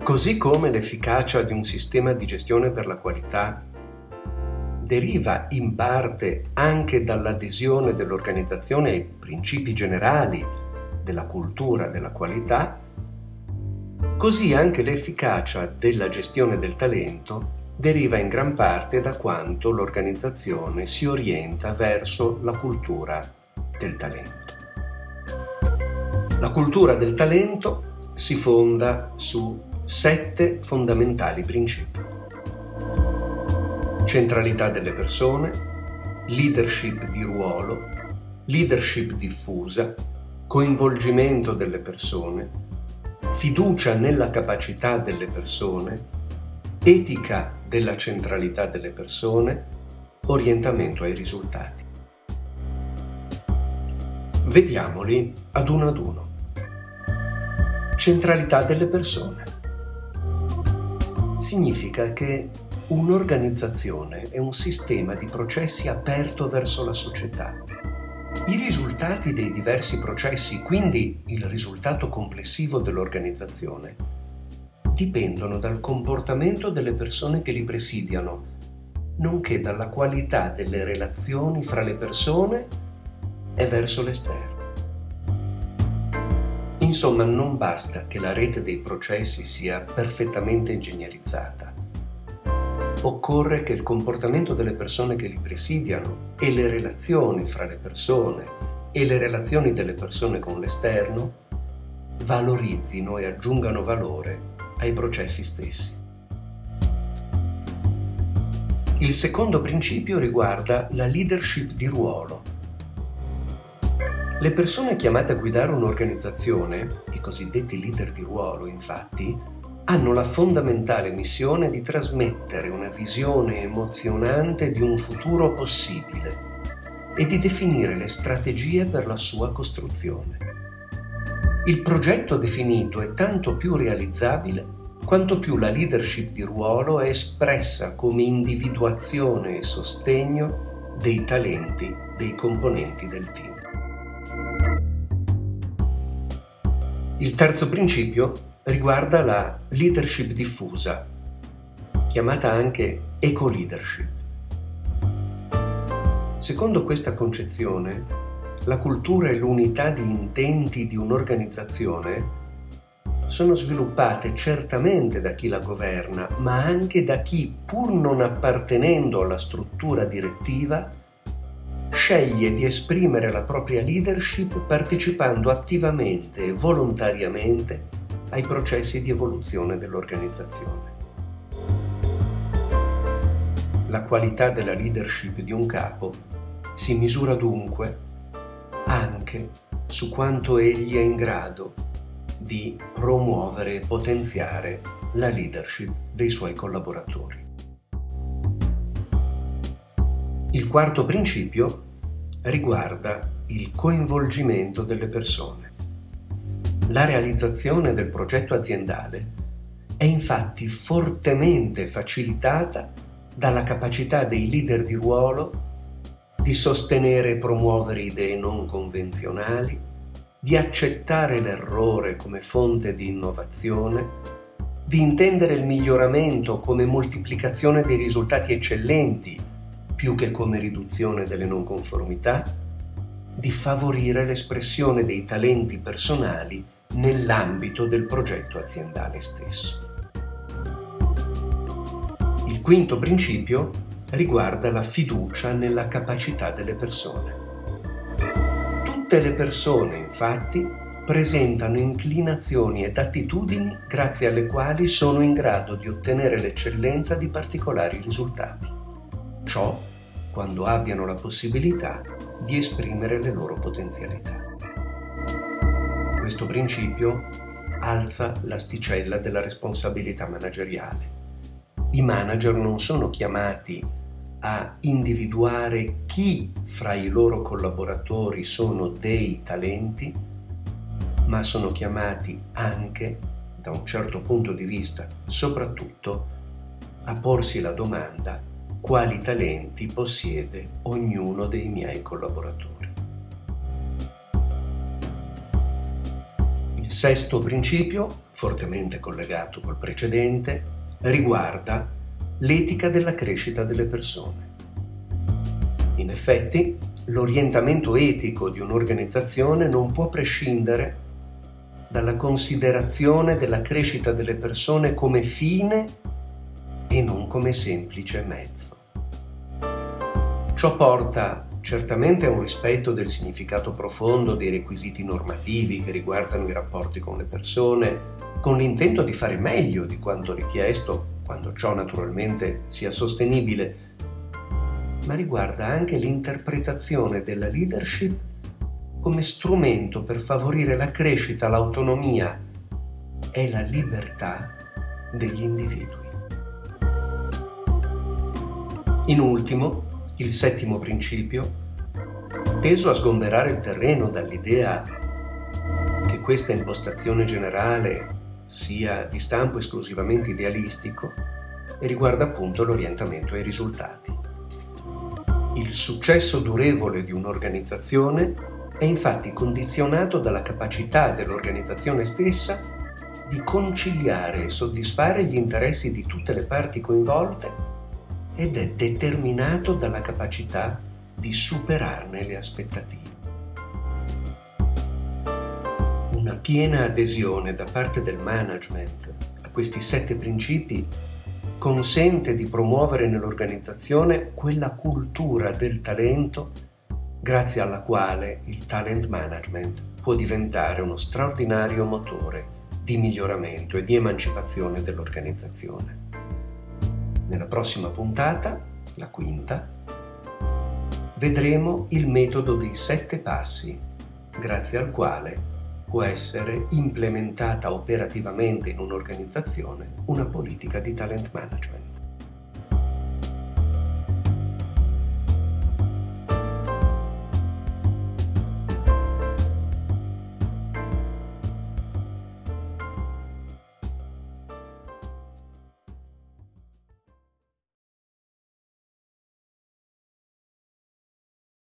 Così come l'efficacia di un sistema di gestione per la qualità deriva in parte anche dall'adesione dell'organizzazione ai principi generali della cultura della qualità, così anche l'efficacia della gestione del talento deriva in gran parte da quanto l'organizzazione si orienta verso la cultura del talento. La cultura del talento si fonda su 7 fondamentali principi: centralità delle persone, leadership di ruolo, leadership diffusa, coinvolgimento delle persone, fiducia nella capacità delle persone, etica della centralità delle persone, orientamento ai risultati. Vediamoli ad uno. Centralità delle persone. Significa che un'organizzazione è un sistema di processi aperto verso la società. I risultati dei diversi processi, quindi il risultato complessivo dell'organizzazione, dipendono dal comportamento delle persone che li presidiano, nonché dalla qualità delle relazioni fra le persone e verso l'esterno. Insomma, non basta che la rete dei processi sia perfettamente ingegnerizzata. Occorre che il comportamento delle persone che li presidiano e le relazioni fra le persone e le relazioni delle persone con l'esterno valorizzino e aggiungano valore ai processi stessi. Il secondo principio riguarda la leadership di ruolo. Le persone chiamate a guidare un'organizzazione, i cosiddetti leader di ruolo, infatti, hanno la fondamentale missione di trasmettere una visione emozionante di un futuro possibile e di definire le strategie per la sua costruzione. Il progetto definito è tanto più realizzabile quanto più la leadership di ruolo è espressa come individuazione e sostegno dei talenti dei componenti del team. Il terzo principio riguarda la leadership diffusa, chiamata anche eco-leadership. Secondo questa concezione, la cultura e l'unità di intenti di un'organizzazione sono sviluppate certamente da chi la governa, ma anche da chi, pur non appartenendo alla struttura direttiva, sceglie di esprimere la propria leadership partecipando attivamente e volontariamente ai processi di evoluzione dell'organizzazione. La qualità della leadership di un capo si misura dunque anche su quanto egli è in grado di promuovere e potenziare la leadership dei suoi collaboratori. Il quarto principio riguarda il coinvolgimento delle persone. La realizzazione del progetto aziendale è infatti fortemente facilitata dalla capacità dei leader di ruolo di sostenere e promuovere idee non convenzionali, di accettare l'errore come fonte di innovazione, di intendere il miglioramento come moltiplicazione dei risultati eccellenti più che come riduzione delle non conformità, di favorire l'espressione dei talenti personali nell'ambito del progetto aziendale stesso. Il quinto principio riguarda la fiducia nella capacità delle persone. Tutte le persone, infatti, presentano inclinazioni ed attitudini grazie alle quali sono in grado di ottenere l'eccellenza di particolari risultati. Ciò quando abbiano la possibilità di esprimere le loro potenzialità. Questo principio alza l'asticella della responsabilità manageriale. I manager non sono chiamati a individuare chi fra i loro collaboratori sono dei talenti, ma sono chiamati anche, da un certo punto di vista, soprattutto, a porsi la domanda: quali talenti possiede ognuno dei miei collaboratori? Il sesto principio fortemente collegato col precedente, riguarda l'etica della crescita delle persone. In effetti, l'orientamento etico di un'organizzazione non può prescindere dalla considerazione della crescita delle persone come fine e non come semplice mezzo. Ciò porta certamente a un rispetto del significato profondo dei requisiti normativi che riguardano i rapporti con le persone, con l'intento di fare meglio di quanto richiesto, quando ciò naturalmente sia sostenibile, ma riguarda anche l'interpretazione della leadership come strumento per favorire la crescita, l'autonomia e la libertà degli individui. In ultimo, il settimo principio, teso a sgomberare il terreno dall'idea che questa impostazione generale sia di stampo esclusivamente idealistico, e riguarda appunto l'orientamento ai risultati. Il successo durevole di un'organizzazione è infatti condizionato dalla capacità dell'organizzazione stessa di conciliare e soddisfare gli interessi di tutte le parti coinvolte ed è determinato dalla capacità di superarne le aspettative. Una piena adesione da parte del management a questi 7 principi consente di promuovere nell'organizzazione quella cultura del talento grazie alla quale il talent management può diventare uno straordinario motore di miglioramento e di emancipazione dell'organizzazione. Nella prossima puntata, la quinta, vedremo il metodo dei 7 passi, grazie al quale può essere implementata operativamente in un'organizzazione una politica di talent management.